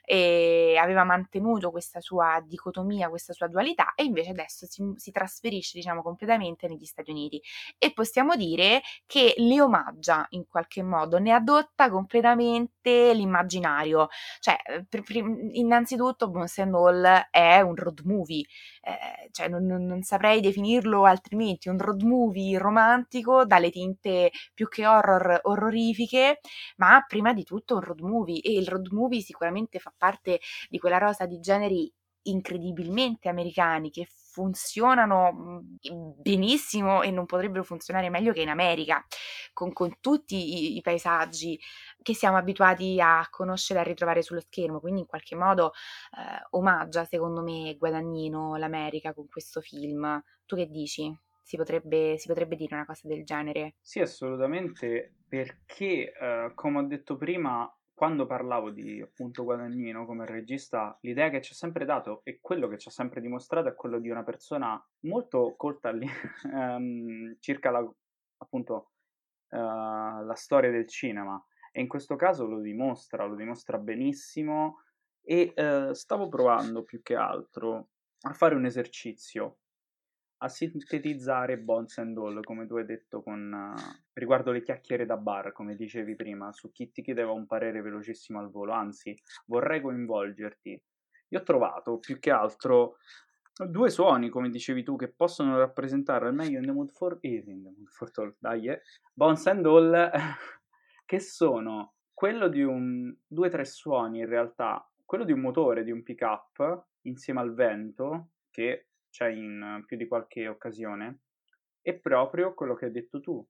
[SPEAKER 1] eh, aveva mantenuto questa sua dicotomia, questa sua dualità, e invece adesso si, si trasferisce diciamo completamente negli Stati Uniti, e possiamo dire che li omaggia in qualche modo, ne adotta completamente l'immaginario, cioè per, per, innanzitutto Bones and All è un road movie, eh, cioè non, non, non saprei definirlo altrimenti, un road movie romantico dalle tinte più che horror orrorifiche, ma prima di tutto un road movie, e il road movie sicuramente fa parte di quella rosa di generi incredibilmente americani che funzionano benissimo e non potrebbero funzionare meglio che in America, con, con tutti i, i paesaggi che siamo abituati a conoscere e a ritrovare sullo schermo, quindi in qualche modo eh, omaggia secondo me Guadagnino l'America con questo film. Tu che dici? Si potrebbe, si potrebbe dire una cosa del genere?
[SPEAKER 2] Sì, assolutamente, perché eh, come ho detto prima, quando parlavo di appunto Guadagnino come regista, l'idea che ci ha sempre dato e quello che ci ha sempre dimostrato è quello di una persona molto colta lì, ehm, circa la, appunto eh, la storia del cinema, e in questo caso lo dimostra, lo dimostra benissimo, e eh, stavo provando più che altro a fare un esercizio, a sintetizzare Bones and All, come tu hai detto, con, uh, riguardo le chiacchiere da bar, come dicevi prima, su chi ti chiedeva un parere velocissimo al volo, anzi, vorrei coinvolgerti. Io ho trovato più che altro due suoni, come dicevi tu, che possono rappresentare al meglio In the Mood for, eh, in the mood for Talk, dai, eh, Bones and All, che sono quello di un, due o tre suoni in realtà, quello di un motore, di un pick-up, insieme al vento, che c'è in più di qualche occasione, è proprio quello che hai detto tu,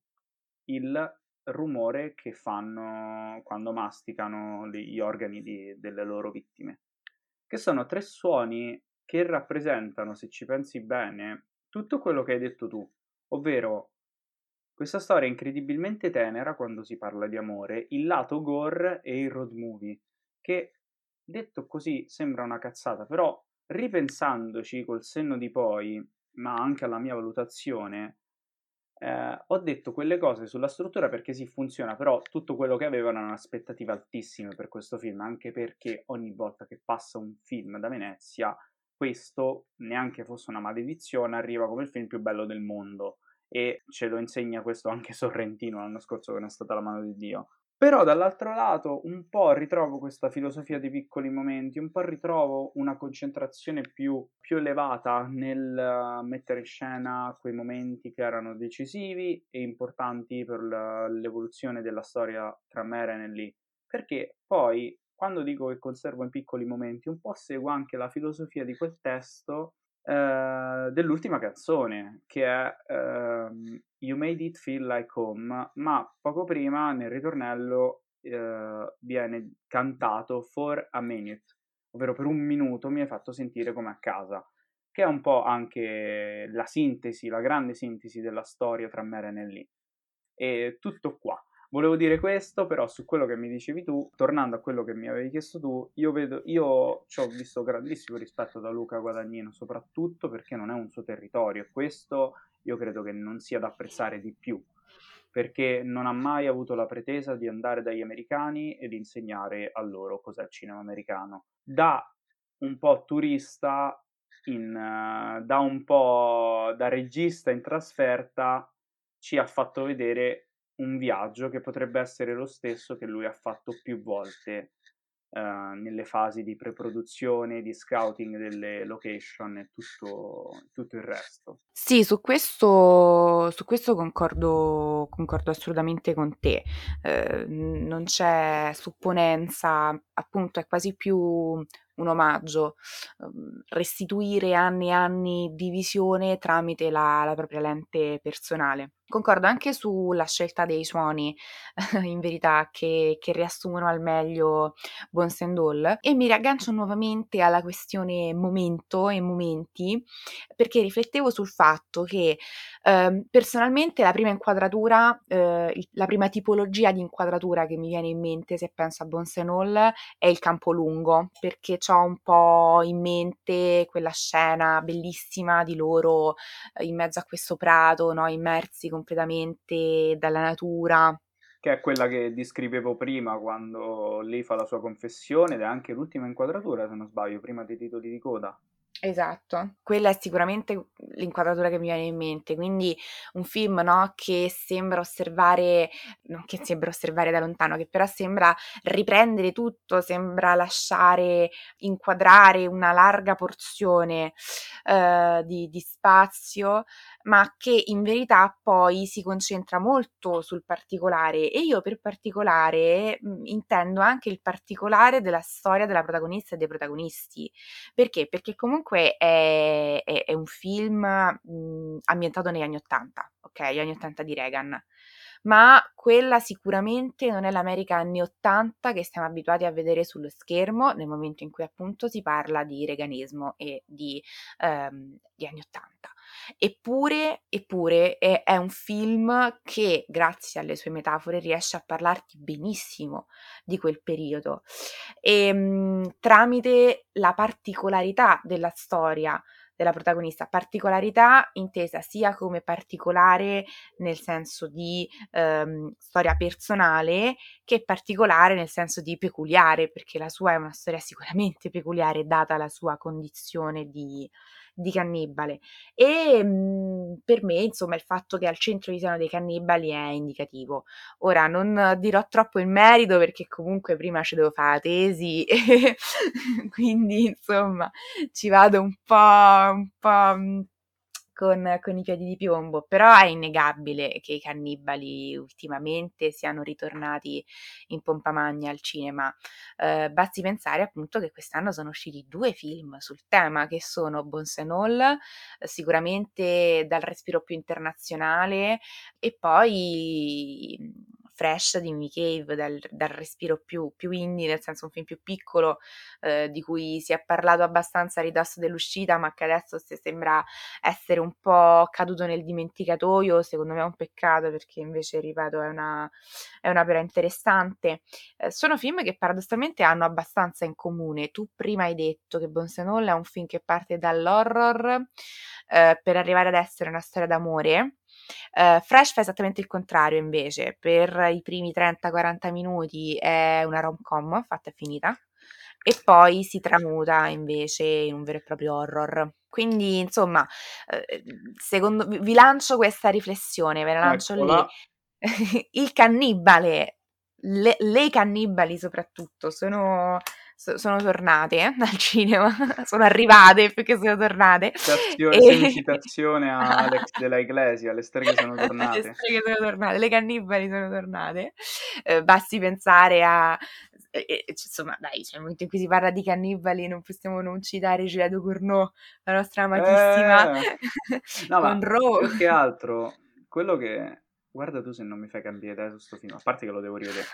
[SPEAKER 2] il rumore che fanno quando masticano gli organi di, delle loro vittime, che sono tre suoni che rappresentano, se ci pensi bene, tutto quello che hai detto tu, ovvero Questa storia è incredibilmente tenera quando si parla di amore, il lato gore e il road movie, che detto così sembra una cazzata, però ripensandoci col senno di poi, ma anche alla mia valutazione, eh, ho detto quelle cose sulla struttura perché sì, funziona, però tutto quello che avevano erano aspettative altissime per questo film, anche perché ogni volta che passa un film da Venezia, questo, neanche fosse una maledizione, arriva come il film più bello del mondo e ce lo insegna questo anche Sorrentino l'anno scorso che non è stata la mano di Dio. Però dall'altro lato un po' ritrovo questa filosofia dei piccoli momenti, un po' ritrovo una concentrazione più, più elevata nel uh, mettere in scena quei momenti che erano decisivi e importanti per la, l'evoluzione della storia tra Meren e Lee. Perché poi, quando dico che conservo i piccoli momenti, un po' seguo anche la filosofia di quel testo eh, dell'ultima canzone, che è ehm, You Made It Feel Like Home, ma poco prima nel ritornello eh, viene cantato For a Minute, ovvero per un minuto mi hai fatto sentire come a casa, che è un po' anche la sintesi, la grande sintesi della storia tra Meren e Lee. E tutto qua. Volevo dire questo, però su quello che mi dicevi tu, tornando a quello che mi avevi chiesto tu, io vedo, io ci ho visto grandissimo rispetto da Luca Guadagnino, soprattutto perché non è un suo territorio, e questo io credo che non sia da apprezzare di più, perché non ha mai avuto la pretesa di andare dagli americani ed insegnare a loro cos'è il cinema americano. Da un po' turista, in, uh, da un po' da regista in trasferta, ci ha fatto vedere un viaggio che potrebbe essere lo stesso che lui ha fatto più volte eh, nelle fasi di pre-produzione, di scouting delle location e tutto, tutto il resto.
[SPEAKER 1] Sì, su questo, su questo concordo, concordo assolutamente con te. Eh, non c'è supponenza, appunto, è quasi più un omaggio, ehm, restituire anni e anni di visione tramite la, la propria lente personale. Concordo anche sulla scelta dei suoni, in verità, che, che riassumono al meglio Bones and All, e mi riaggancio nuovamente alla questione momento e momenti, perché riflettevo sul fatto che ehm, personalmente la prima inquadratura, eh, il- la prima tipologia di inquadratura che mi viene in mente se penso a Bones and All è il campo lungo, perché ho un po' in mente quella scena bellissima di loro eh, in mezzo a questo prato, no, immersi completamente dalla natura.
[SPEAKER 2] Che è quella che descrivevo prima quando lei fa la sua confessione ed è anche l'ultima inquadratura, se non sbaglio, prima dei titoli di coda.
[SPEAKER 1] Esatto, quella è sicuramente l'inquadratura che mi viene in mente, quindi un film, no, che sembra osservare, non che sembra osservare da lontano, che però sembra riprendere tutto, sembra lasciare inquadrare una larga porzione eh, di, di spazio, ma che in verità poi si concentra molto sul particolare, e io per particolare mh, intendo anche il particolare della storia della protagonista e dei protagonisti. Perché? Perché comunque è, è- è un film mh, ambientato negli anni ottanta, ok? Gli anni ottanta di Reagan. Ma quella sicuramente non è l'America anni ottanta che siamo abituati a vedere sullo schermo nel momento in cui appunto si parla di reganismo e di, ehm, di anni ottanta. Eppure, eppure è, è un film che, grazie alle sue metafore, riesce a parlarti benissimo di quel periodo e mh, tramite la particolarità della storia della protagonista, particolarità intesa sia come particolare nel senso di ehm, storia personale, che particolare nel senso di peculiare, perché la sua è una storia sicuramente peculiare data la sua condizione di, di cannibale. E mh, per me, insomma, il fatto che al centro vi siano dei cannibali è indicativo. Ora non dirò troppo il merito perché comunque prima ci devo fare la tesi e quindi insomma ci vado un po', un po' mh, con, con i piedi di piombo, però è innegabile che i cannibali ultimamente siano ritornati in pompa magna al cinema. Eh, basti pensare appunto che quest'anno sono usciti due film sul tema che sono Bones and All, eh, sicuramente dal respiro più internazionale, e poi Fresh di Mimi Cave, dal, dal respiro più, più indie, nel senso un film più piccolo, eh, di cui si è parlato abbastanza a ridosso dell'uscita, ma che adesso se sembra essere un po' caduto nel dimenticatoio. Secondo me è un peccato, perché invece, ripeto, è una, è un'opera interessante. Eh, sono film che paradossalmente hanno abbastanza in comune. Tu prima hai detto che Bones and All è un film che parte dall'horror eh, per arrivare ad essere una storia d'amore. Eh, Fresh fa esattamente il contrario, invece. Per i primi trenta quaranta minuti è una rom-com fatta e finita, e poi si tramuta invece in un vero e proprio horror. Quindi, insomma, eh, secondo, vi vi lancio questa riflessione, ve la lancio lì.
[SPEAKER 2] Eccola.
[SPEAKER 1] Il cannibale, le, le cannibali soprattutto, sono, so- sono tornate al cinema, sono arrivate più che sono tornate.
[SPEAKER 2] Citazione,
[SPEAKER 1] E...
[SPEAKER 2] semicitazione a Alex della Iglesia, le streghe sono
[SPEAKER 1] Le
[SPEAKER 2] tornate.
[SPEAKER 1] streghe sono tornate, le cannibali sono tornate. Eh, basti pensare a... e- e- insomma, dai, c'è il momento in cui si parla di cannibali, non possiamo non citare Julia Ducournau, la nostra amatissima
[SPEAKER 2] Eh, no,
[SPEAKER 1] con
[SPEAKER 2] ma
[SPEAKER 1] Raw.
[SPEAKER 2] più che altro, quello che... Guarda tu se non mi fai cambiare idea su sto film, a parte che lo devo rivedere.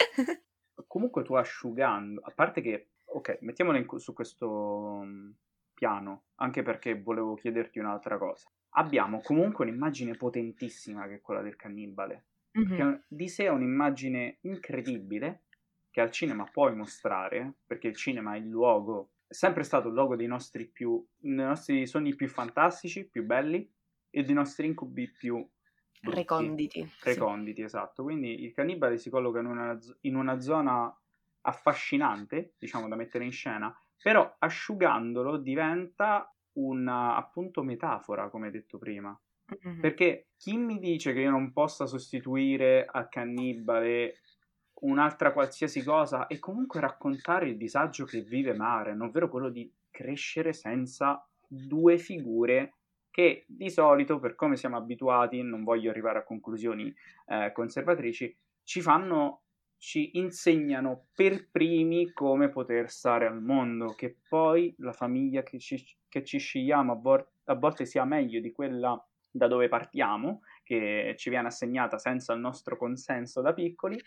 [SPEAKER 2] Comunque tu asciugando, a parte che, ok, mettiamolo in- su questo mm, piano, anche perché volevo chiederti un'altra cosa. Abbiamo comunque un'immagine potentissima che è quella del cannibale, che
[SPEAKER 1] Mhm.
[SPEAKER 2] è- di sé è un'immagine incredibile che al cinema puoi mostrare, perché il cinema è il luogo, è sempre stato il luogo dei nostri più, dei nostri sogni più fantastici, più belli, e dei nostri incubi più brutti,
[SPEAKER 1] Reconditi, sì.
[SPEAKER 2] reconditi, esatto. Quindi il cannibale si colloca in una, z- in una zona affascinante, diciamo, da mettere in scena, però asciugandolo diventa una, appunto, metafora, come detto prima.
[SPEAKER 1] Mhm.
[SPEAKER 2] Perché chi mi dice che io non possa sostituire al cannibale un'altra qualsiasi cosa e comunque raccontare il disagio che vive Maren, ovvero quello di crescere senza due figure che di solito, per come siamo abituati, non voglio arrivare a conclusioni eh, conservatrici, ci fanno, ci insegnano per primi come poter stare al mondo, che poi la famiglia che ci, che ci scegliamo a, vor- a volte sia meglio di quella da dove partiamo, che ci viene assegnata senza il nostro consenso da piccoli,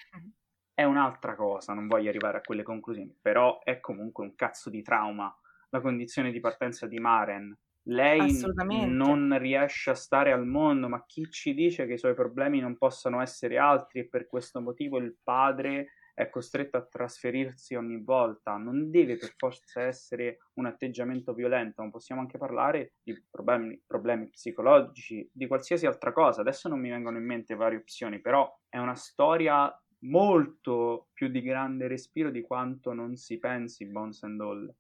[SPEAKER 2] è un'altra cosa, non voglio arrivare a quelle conclusioni, però è comunque un cazzo di trauma la condizione di partenza di Maren. Lei
[SPEAKER 1] Assolutamente.
[SPEAKER 2] non riesce a stare al mondo, ma chi ci dice che i suoi problemi non possano essere altri e per questo motivo il padre è costretto a trasferirsi ogni volta? Non deve per forza essere un atteggiamento violento, ma possiamo anche parlare di problemi, problemi psicologici, di qualsiasi altra cosa. Adesso non mi vengono in mente varie opzioni, però è una storia molto più di grande respiro di quanto non si pensi Bones and All.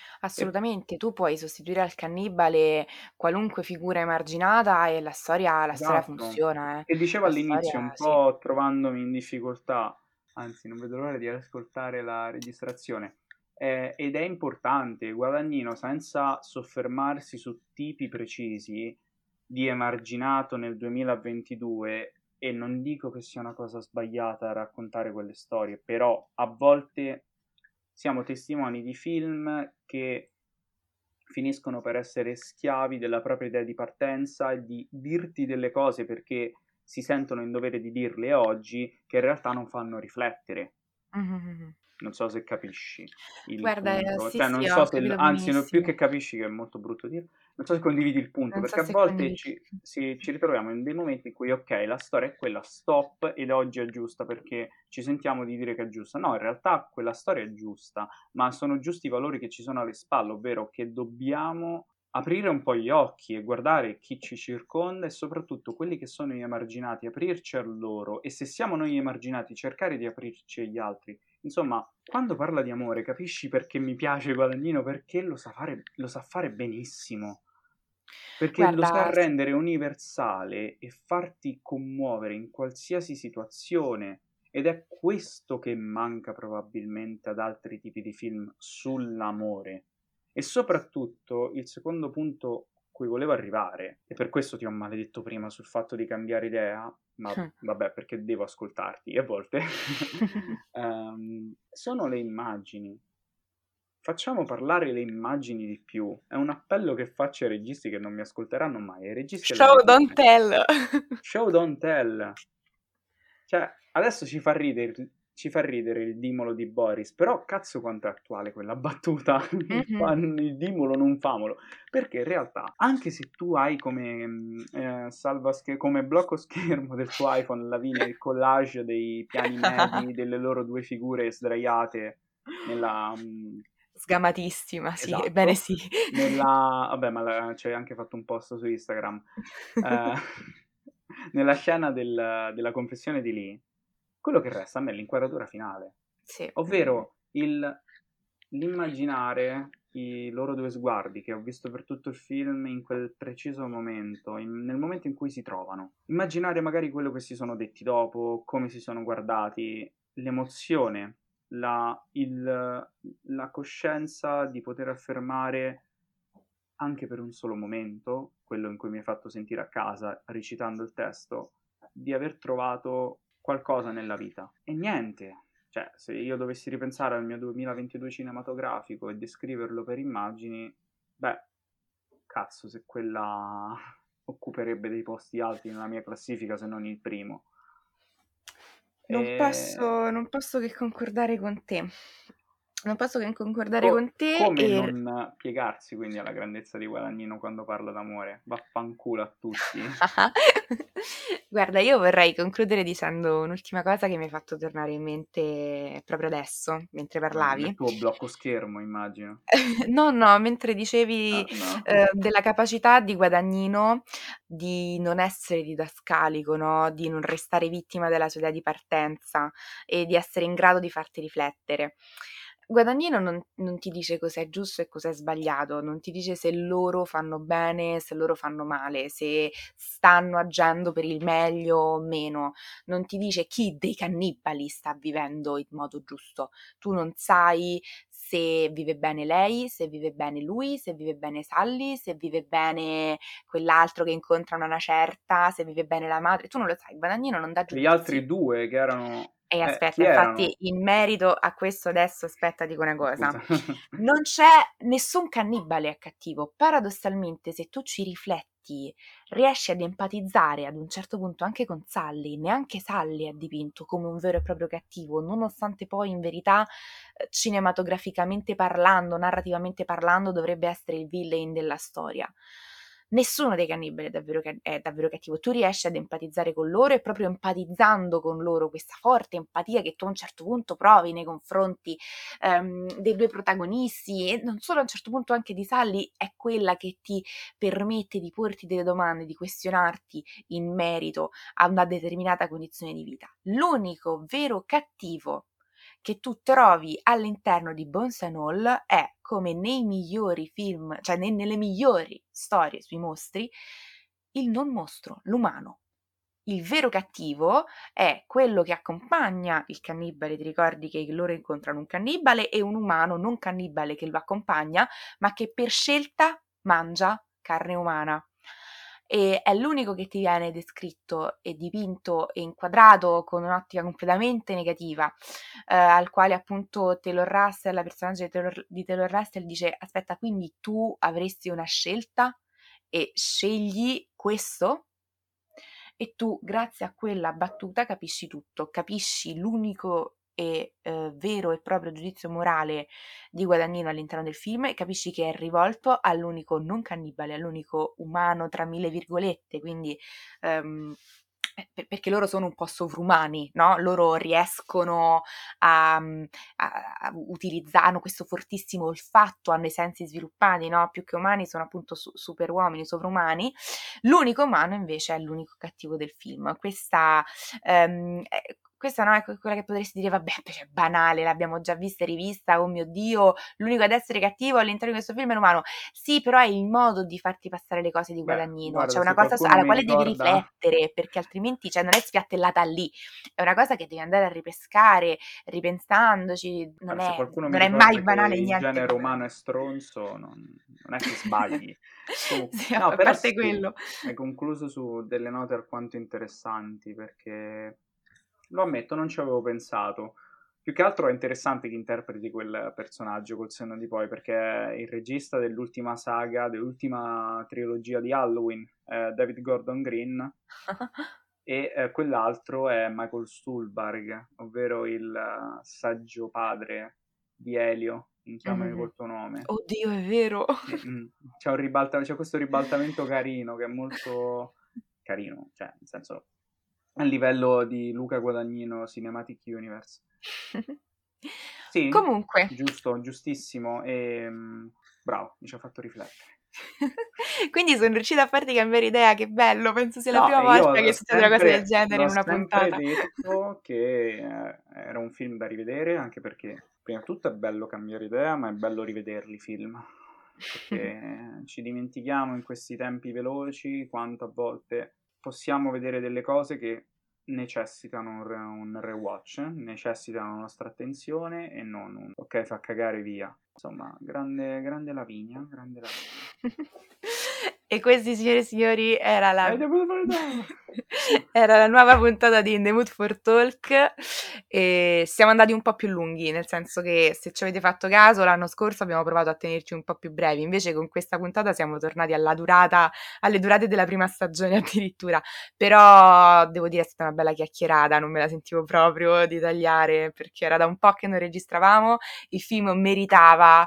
[SPEAKER 2] E,
[SPEAKER 1] Assolutamente, tu puoi sostituire al cannibale qualunque figura emarginata e la storia, la storia
[SPEAKER 2] esatto,
[SPEAKER 1] funziona, eh.
[SPEAKER 2] che dicevo
[SPEAKER 1] La
[SPEAKER 2] all'inizio,
[SPEAKER 1] storia,
[SPEAKER 2] un
[SPEAKER 1] sì.
[SPEAKER 2] po' trovandomi in difficoltà, anzi non vedo l'ora di ascoltare la registrazione, eh, ed è importante, Guadagnino, senza soffermarsi su tipi precisi di emarginato nel duemilaventidue, e non dico che sia una cosa sbagliata raccontare quelle storie, però a volte siamo testimoni di film che finiscono per essere schiavi della propria idea di partenza e di dirti delle cose perché si sentono in dovere di dirle oggi, che in realtà non fanno riflettere.
[SPEAKER 1] Mhm.
[SPEAKER 2] Non so se capisci il
[SPEAKER 1] Guarda, eh,
[SPEAKER 2] punto,
[SPEAKER 1] sì,
[SPEAKER 2] cioè non
[SPEAKER 1] sì,
[SPEAKER 2] so
[SPEAKER 1] ho
[SPEAKER 2] se,
[SPEAKER 1] capito
[SPEAKER 2] anzi no, più
[SPEAKER 1] benissimo.
[SPEAKER 2] che capisci, che è molto brutto dire, non so se condividi il punto,
[SPEAKER 1] Non so
[SPEAKER 2] perché a
[SPEAKER 1] se
[SPEAKER 2] volte
[SPEAKER 1] condividi.
[SPEAKER 2] ci, si- ci ritroviamo in dei momenti in cui, ok, la storia è quella, stop, ed oggi è giusta perché ci sentiamo di dire che è giusta. No, in realtà quella storia è giusta, ma sono giusti i valori che ci sono alle spalle, ovvero che dobbiamo aprire un po' gli occhi e guardare chi ci circonda e soprattutto quelli che sono gli emarginati, aprirci a loro, e se siamo noi emarginati cercare di aprirci agli altri. Insomma, quando parla di amore capisci perché mi piace Guadagnino, perché lo sa fare, lo sa fare benissimo, perché lo sa
[SPEAKER 1] Guarda, s-
[SPEAKER 2] rendere universale e farti commuovere in qualsiasi situazione, ed è questo che manca probabilmente ad altri tipi di film sull'amore. E soprattutto il secondo punto a cui volevo arrivare, e per questo ti ho maledetto prima sul fatto di cambiare idea, ma vabbè, perché devo ascoltarti a volte, ehm, sono le immagini. Facciamo parlare le immagini di più. È un appello che faccio ai registi che non mi ascolteranno mai, ai registi e alle
[SPEAKER 1] Show, don't
[SPEAKER 2] registe.
[SPEAKER 1] tell.
[SPEAKER 2] Show don't tell. Cioè, adesso ci fa ridere, ci fa ridere il dimolo di Boris, però cazzo quanto è attuale quella battuta, il,
[SPEAKER 1] Mhm.
[SPEAKER 2] fan- il dimolo non famolo, perché in realtà, anche se tu hai come, mh, eh, salva sch- come blocco schermo del tuo iPhone alla fine il collage dei piani medi delle loro due figure sdraiate nella... mh,
[SPEAKER 1] Sgamatissima, sì, ebbene
[SPEAKER 2] esatto,
[SPEAKER 1] sì.
[SPEAKER 2] nella... vabbè, ma la- ci hai anche fatto un post su Instagram. Eh, nella scena del- della confessione di Lee, quello che resta a me è l'inquadratura finale,
[SPEAKER 1] Sì.
[SPEAKER 2] ovvero il- l'immaginare i loro due sguardi che ho visto per tutto il film in quel preciso momento, in- nel momento in cui si trovano. Immaginare magari quello che si sono detti dopo, come si sono guardati, l'emozione, la, il- la coscienza di poter affermare anche per un solo momento, quello in cui mi hai fatto sentire a casa recitando il testo, di aver trovato qualcosa nella vita. E niente, cioè, se io dovessi ripensare al mio duemilaventidue cinematografico e descriverlo per immagini, beh, cazzo, se quella occuperebbe dei posti alti nella mia classifica, se non il primo.
[SPEAKER 1] Non
[SPEAKER 2] E...
[SPEAKER 1] posso, non posso che concordare con te. Non posso che concordare
[SPEAKER 2] Co-
[SPEAKER 1] con te
[SPEAKER 2] come
[SPEAKER 1] e
[SPEAKER 2] non piegarsi quindi alla grandezza di Guadagnino quando parla d'amore? Vaffanculo a tutti.
[SPEAKER 1] guarda, io vorrei concludere dicendo un'ultima cosa che mi hai fatto tornare in mente proprio adesso, mentre
[SPEAKER 2] Ah, nel
[SPEAKER 1] parlavi.
[SPEAKER 2] tuo blocco schermo, immagino.
[SPEAKER 1] No, no, mentre dicevi,
[SPEAKER 2] Ah, no.
[SPEAKER 1] ehm, della capacità di Guadagnino di non essere didascalico, no, di non restare vittima della sua idea di partenza e di essere in grado di farti riflettere. Guadagnino non non ti dice cos'è giusto e cos'è sbagliato, non ti dice se loro fanno bene, se loro fanno male, se stanno agendo per il meglio o meno, non ti dice chi dei cannibali sta vivendo in modo giusto. Tu non sai se vive bene lei, se vive bene lui, se vive bene Sally, se vive bene quell'altro che incontra una certa, se vive bene la madre, tu non lo sai, Guadagnino non dà
[SPEAKER 2] E gli
[SPEAKER 1] giudizi.
[SPEAKER 2] altri due che erano...
[SPEAKER 1] E
[SPEAKER 2] Eh, chi
[SPEAKER 1] aspetta, infatti,
[SPEAKER 2] erano?
[SPEAKER 1] in merito a questo adesso, aspetta, dico una
[SPEAKER 2] Oh,
[SPEAKER 1] cosa.
[SPEAKER 2] scusa.
[SPEAKER 1] Non c'è nessun cannibale è cattivo. Paradossalmente, se tu ci rifletti, riesci ad empatizzare ad un certo punto anche con Sully. Neanche Sully è dipinto come un vero e proprio cattivo, nonostante poi in verità, eh, cinematograficamente parlando, narrativamente parlando, dovrebbe essere il villain della storia. Nessuno dei cannibali è davvero, ca- è davvero cattivo, tu riesci ad empatizzare con loro e proprio empatizzando con loro, questa forte empatia che tu a un certo punto provi nei confronti ehm, dei due protagonisti e non solo a un certo punto anche di Sally, è quella che ti permette di porti delle domande, di questionarti in merito a una determinata condizione di vita. L'unico vero cattivo che tu trovi all'interno di Bones and All è, come nei migliori film, cioè ne- nelle migliori storie sui mostri, il non mostro, l'umano. Il vero cattivo è quello che accompagna il cannibale, ti ricordi che loro incontrano un cannibale e un umano non cannibale che lo accompagna, ma che per scelta mangia carne umana. E è l'unico che ti viene descritto e dipinto e inquadrato con un'ottica completamente negativa, eh, al quale appunto Taylor Russell, la personaggio di Taylor, di Taylor Russell dice: aspetta, quindi tu avresti una scelta e scegli questo? E tu, grazie a quella battuta, capisci tutto, capisci l'unico e eh, vero e proprio giudizio morale di Guadagnino all'interno del film e capisci che è rivolto all'unico non cannibale, all'unico umano tra mille virgolette, quindi ehm, eh, perché loro sono un po' sovrumani, no? Loro riescono a, a, a utilizzare, hanno questo fortissimo olfatto, hanno i sensi sviluppati, no? Più che umani sono appunto su, super uomini, sovrumani. L'unico umano invece è l'unico cattivo del film. Questa, ehm, è- questa no, è quella che potresti dire, vabbè, è banale, l'abbiamo già vista e rivista, oh mio Dio, l'unico ad essere cattivo all'interno di questo film è l'umano. Sì, però è il modo di farti passare le cose di
[SPEAKER 2] Beh,
[SPEAKER 1] Guadagnino,
[SPEAKER 2] guarda,
[SPEAKER 1] c'è una
[SPEAKER 2] se
[SPEAKER 1] cosa su-
[SPEAKER 2] qualcuno
[SPEAKER 1] alla
[SPEAKER 2] mi
[SPEAKER 1] quale devi
[SPEAKER 2] ricorda...
[SPEAKER 1] riflettere, perché altrimenti cioè, non è spiattellata lì, è una cosa che devi andare a ripescare, ripensandoci, non
[SPEAKER 2] Guarda, se
[SPEAKER 1] è,
[SPEAKER 2] qualcuno mi
[SPEAKER 1] non è mai
[SPEAKER 2] ricorda che
[SPEAKER 1] banale
[SPEAKER 2] il
[SPEAKER 1] niente
[SPEAKER 2] genere
[SPEAKER 1] come...
[SPEAKER 2] umano è stronzo, non, non è che sbagli. Comunque,
[SPEAKER 1] Sì,
[SPEAKER 2] no,
[SPEAKER 1] a
[SPEAKER 2] però
[SPEAKER 1] parte
[SPEAKER 2] sì,
[SPEAKER 1] quello.
[SPEAKER 2] hai concluso su delle note alquanto interessanti, perché lo ammetto, non ci avevo pensato. Più che altro è interessante che interpreti quel personaggio col senno di poi, perché è il regista dell'ultima saga, dell'ultima trilogia di Halloween, eh, David Gordon Green, e eh, quell'altro è Michael Stuhlbarg, ovvero il uh, saggio padre di Elio in Chiamami
[SPEAKER 1] Mm-hmm.
[SPEAKER 2] col tuo nome.
[SPEAKER 1] Oddio, è vero!
[SPEAKER 2] E, mm, c'è, un ribalta- c'è questo ribaltamento carino, che è molto carino, cioè, nel senso, a livello di Luca Guadagnino Cinematic Universe. Sì,
[SPEAKER 1] Comunque,
[SPEAKER 2] giusto, giustissimo, e mm, bravo, mi ci ha fatto riflettere.
[SPEAKER 1] quindi sono riuscita a farti cambiare idea, che bello, penso sia la
[SPEAKER 2] No,
[SPEAKER 1] prima
[SPEAKER 2] e io
[SPEAKER 1] volta
[SPEAKER 2] ho
[SPEAKER 1] che succede una cosa del
[SPEAKER 2] sempre,
[SPEAKER 1] genere
[SPEAKER 2] l'ho
[SPEAKER 1] in una
[SPEAKER 2] sempre
[SPEAKER 1] puntata.
[SPEAKER 2] detto che eh, era un film da rivedere, anche perché prima di tutto è bello cambiare idea, ma è bello rivederli i film, perché ci dimentichiamo in questi tempi veloci quanto a volte possiamo vedere delle cose che necessitano un, re- un rewatch, necessitano la nostra attenzione e non un ok, fa cagare via. Insomma, grande, grande Lavinia, grande Lavinia.
[SPEAKER 1] E questi, signore e signori, era la...
[SPEAKER 2] Hai dovuto fare dopo.
[SPEAKER 1] era la nuova puntata di In the Mood for Talk e siamo andati un po' più lunghi, nel senso che, se ci avete fatto caso, l'anno scorso abbiamo provato a tenerci un po' più brevi, invece con questa puntata siamo tornati alla durata, alle durate della prima stagione addirittura, però devo dire è stata una bella chiacchierata, non me la sentivo proprio di tagliare perché era da un po' che non registravamo, il film meritava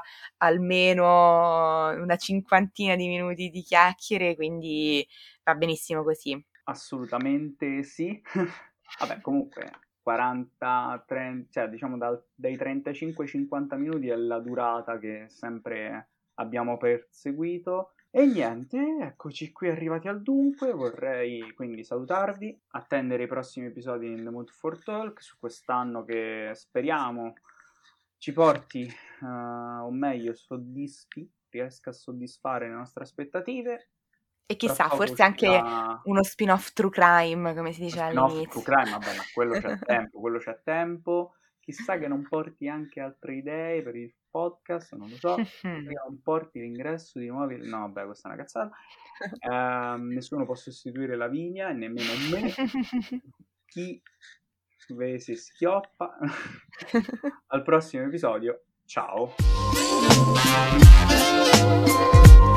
[SPEAKER 1] almeno una cinquantina di minuti di chiacchiere, quindi va benissimo così.
[SPEAKER 2] Assolutamente sì. Vabbè, comunque quaranta, trenta, cioè diciamo dal- dai trentacinque ai cinquanta minuti è la durata che sempre abbiamo perseguito. E niente, eccoci qui arrivati al dunque. Vorrei quindi salutarvi, attendere i prossimi episodi in The Mood for Talk su quest'anno che speriamo ci porti, eh, o meglio, soddisfi, riesca a soddisfare le nostre aspettative.
[SPEAKER 1] E
[SPEAKER 2] Tra
[SPEAKER 1] chissà,
[SPEAKER 2] poco
[SPEAKER 1] forse anche
[SPEAKER 2] uscirà
[SPEAKER 1] uno spin-off true crime, come si
[SPEAKER 2] uno
[SPEAKER 1] diceva
[SPEAKER 2] spin-off True
[SPEAKER 1] all'inizio.
[SPEAKER 2] Crime, vabbè, ma quello c'è tempo, quello c'è tempo. Chissà che non porti anche altre idee per il podcast, non lo so. Chissà che non porti l'ingresso di nuovi... No, vabbè, questa è una cazzata. Ehm, nessuno può sostituire Lavinia e nemmeno me. Chi ve si schioppa. Al prossimo episodio. Ciao.